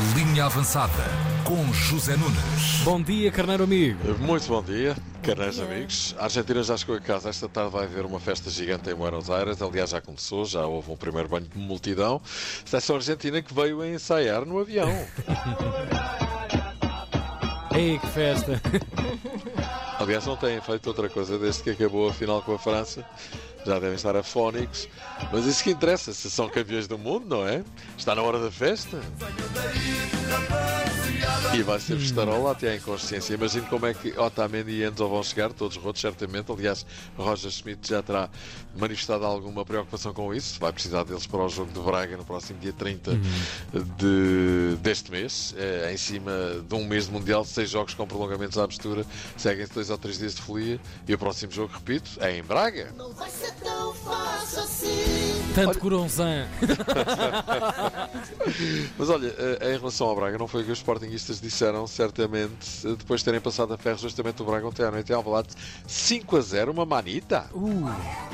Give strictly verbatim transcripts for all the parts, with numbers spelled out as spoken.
Linha Avançada com José Nunes. Bom dia, carneiro amigo. Muito bom dia, carneiros amigos. A Argentina já chegou a casa. Esta tarde vai haver uma festa gigante em Buenos Aires. Aliás, já começou, já houve um primeiro banho de multidão. Seleção argentina que veio a ensaiar no avião. Ei, que festa! Aliás, não têm feito outra coisa desde que acabou a final com a França. Já devem estar afónicos. Mas isso que interessa, se são campeões do mundo, não é? Está na hora da festa. E vai ser festarola até à inconsciência. Imagino como é que Otamendi e Enzo vão chegar, todos rotos certamente. Aliás, Roger Schmidt já terá manifestado alguma preocupação com isso. Vai precisar deles para o jogo de Braga no próximo dia trinta uhum. de, deste mês. É, em cima de um mês de Mundial, seis jogos com prolongamentos à mistura. Seguem-se dois ou três dias de folia. E o próximo jogo, repito, é em Braga. Não vai ser tão fácil assim. Tanto coronzã. Mas olha, em relação ao Braga, não foi o que os sportinguistas disseram, certamente, depois de terem passado a ferro justamente o Braga ontem à noite em Alvalade, cinco a zero, uma manita. Uh.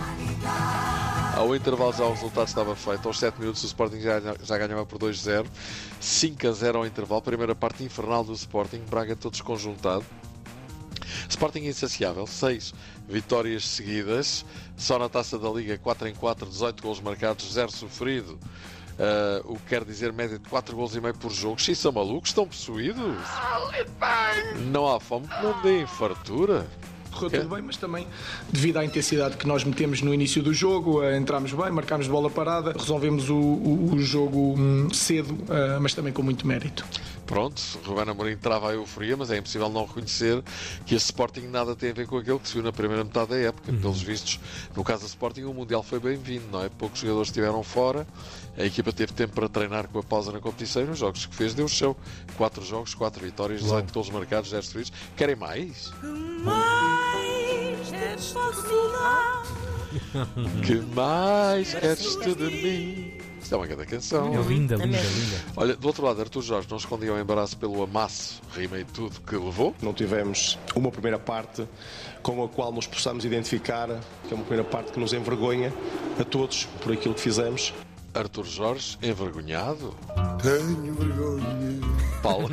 Ao intervalo já o resultado estava feito, aos sete minutos o Sporting já, já ganhava por dois a zero, cinco a zero ao intervalo, primeira parte infernal do Sporting, Braga todo desconjuntado. Sporting insaciável, seis vitórias seguidas, só na Taça da Liga quatro em quatro, dezoito golos marcados, zero sofrido. Uh, o que quer dizer média de quatro golos e meio por jogo. X são malucos, estão possuídos. Não há fome que não dê fartura. Correu tudo bem, mas também devido à intensidade que nós metemos no início do jogo, entramos bem, marcámos bola parada, resolvemos o, o, o jogo cedo, mas também com muito mérito. Pronto, Ruben Amorim trava a euforia, mas é impossível não reconhecer que esse Sporting nada tem a ver com aquele que se viu na primeira metade da época. Uhum. Pelos vistos, no caso do Sporting, o Mundial foi bem-vindo, não é? Poucos jogadores estiveram fora, a equipa teve tempo para treinar com a pausa na competição e nos jogos que fez deu show. Quatro jogos, quatro vitórias, dezoito golos marcados, zero sofridos. Querem mais? Que mais queres tu de mim? Isto é uma grande canção. É linda, linda, linda. Olha, do outro lado, Artur Jorge não escondia o embaraço pelo amasso, rima e tudo que levou. Não tivemos uma primeira parte com a qual nos possamos identificar, que é uma primeira parte que nos envergonha a todos por aquilo que fizemos. Artur Jorge, envergonhado? Tenho vergonha. Paulo.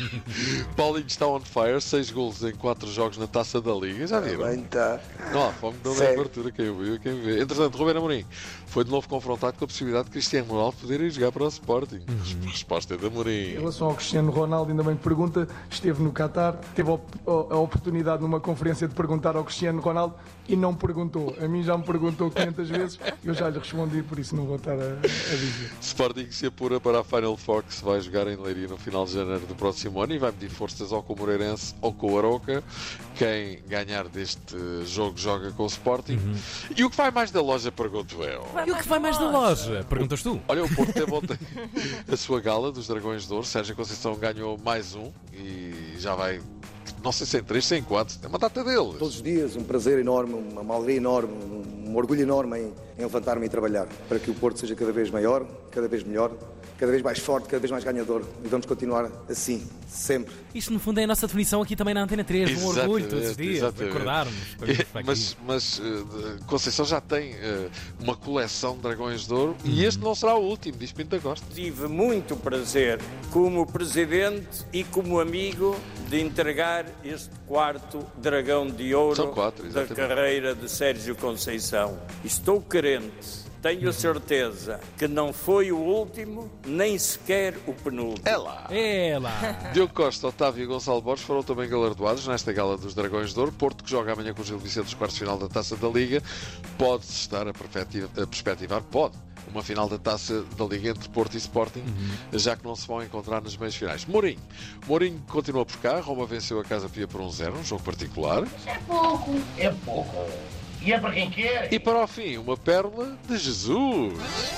Paulinho está on fire, seis golos em quatro jogos na Taça da Liga, já viram? Bem, tá. Não há fome, não é abertura, quem o viu e quem vê. Entretanto, Ruben Amorim foi de novo confrontado com a possibilidade de Cristiano Ronaldo poder ir jogar para o Sporting. Uhum. A resposta é de Amorim. Em relação ao Cristiano Ronaldo, ainda bem que pergunta, esteve no Qatar, teve a oportunidade numa conferência de perguntar ao Cristiano Ronaldo e não perguntou. A mim já me perguntou quinhentas vezes, eu já lhe respondi, por isso não vou estar a, a dizer. Sporting se apura para a Final Four que se vai jogar em Leiria no final de janeiro do próximo ano e vai medir forças ao Comoreirense ou com o Aroca. Quem ganhar deste jogo joga com o Sporting. Uhum. E o que vai mais da loja, pergunto eu. E o que vai mais da loja? Perguntas tu? Olha, o Porto teve ontem a sua gala dos Dragões de Ouro. Sérgio Conceição ganhou mais um e já vai, não sei se em três, se em quatro, é uma data deles. Todos os dias um prazer enorme, uma alegria enorme, um orgulho enorme em, em levantar-me e trabalhar para que o Porto seja cada vez maior, cada vez melhor, cada vez mais forte, cada vez mais ganhador. E vamos continuar assim, sempre. Isto, no fundo, é a nossa definição aqui também na Antena três. Exatamente, um orgulho todos os dias, exatamente. acordarmos. É, mas mas uh, Conceição já tem uh, uma coleção de Dragões de Ouro uhum. e este não será o último, diz Pinto da Costa. Tive muito prazer, como presidente e como amigo, de entregar este quarto Dragão de Ouro São quatro, da carreira de Sérgio Conceição. Estou crente. Tenho certeza que não foi o último, nem sequer o penúltimo. É lá. É lá. Diogo Costa, Otávio e Gonçalo Borges foram também galardoados nesta gala dos Dragões de Ouro. Porto, que joga amanhã com o Gil Vicente dos quartos de final da Taça da Liga, pode-se estar a, a perspectivar, pode, uma final da Taça da Liga entre Porto e Sporting, uhum. já que não se vão encontrar nas meias finais. Mourinho. Mourinho continua por cá. Roma venceu a Casa Pia por um zero, um jogo particular. Mas é pouco. É pouco. E é para quem quer. E para o fim, uma pérola de Jesus.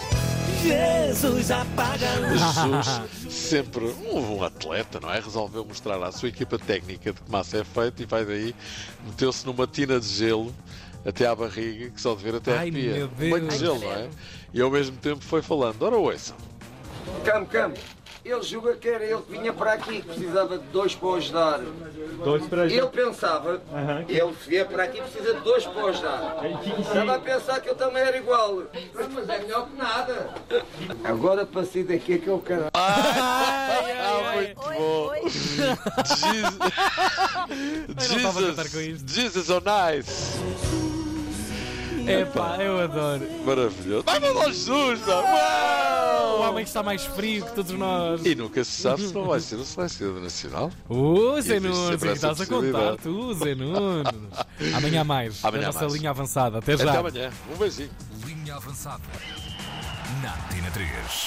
Jesus apaga Jesus, sempre um, um atleta, não é? Resolveu mostrar à sua equipa técnica de que massa é feito e vai daí, meteu-se numa tina de gelo até à barriga, que só de ver até Ai, arrepia. meu Um banho de gelo, não é? E ao mesmo tempo foi falando. Ora, ouçam. Camo, camo. Ele julga que era ele que vinha para aqui, que precisava de dois para o ajudar. Dois para ajudar? Ele pensava, uhum. ele vier para aqui precisa de dois para o ajudar. Estava a pensar que eu também era igual. Mas é melhor que nada. Agora para sair daqui é que eu quero. Ai, ai, muito bom. Jesus, Jesus on ice. Epá, eu adoro. Maravilhoso. Vai mandar Jesus, pá. Uau! O homem que está mais frio que todos nós. E nunca se sabe se não vai ser o selecionador nacional. Uh, Zé Nunes, o que estás a contar? Tu, Zé Nunes. Amanhã mais. Amanhã da nossa mais. linha avançada. Até já. Até amanhã. Um beijinho. Linha avançada. Na Antena três.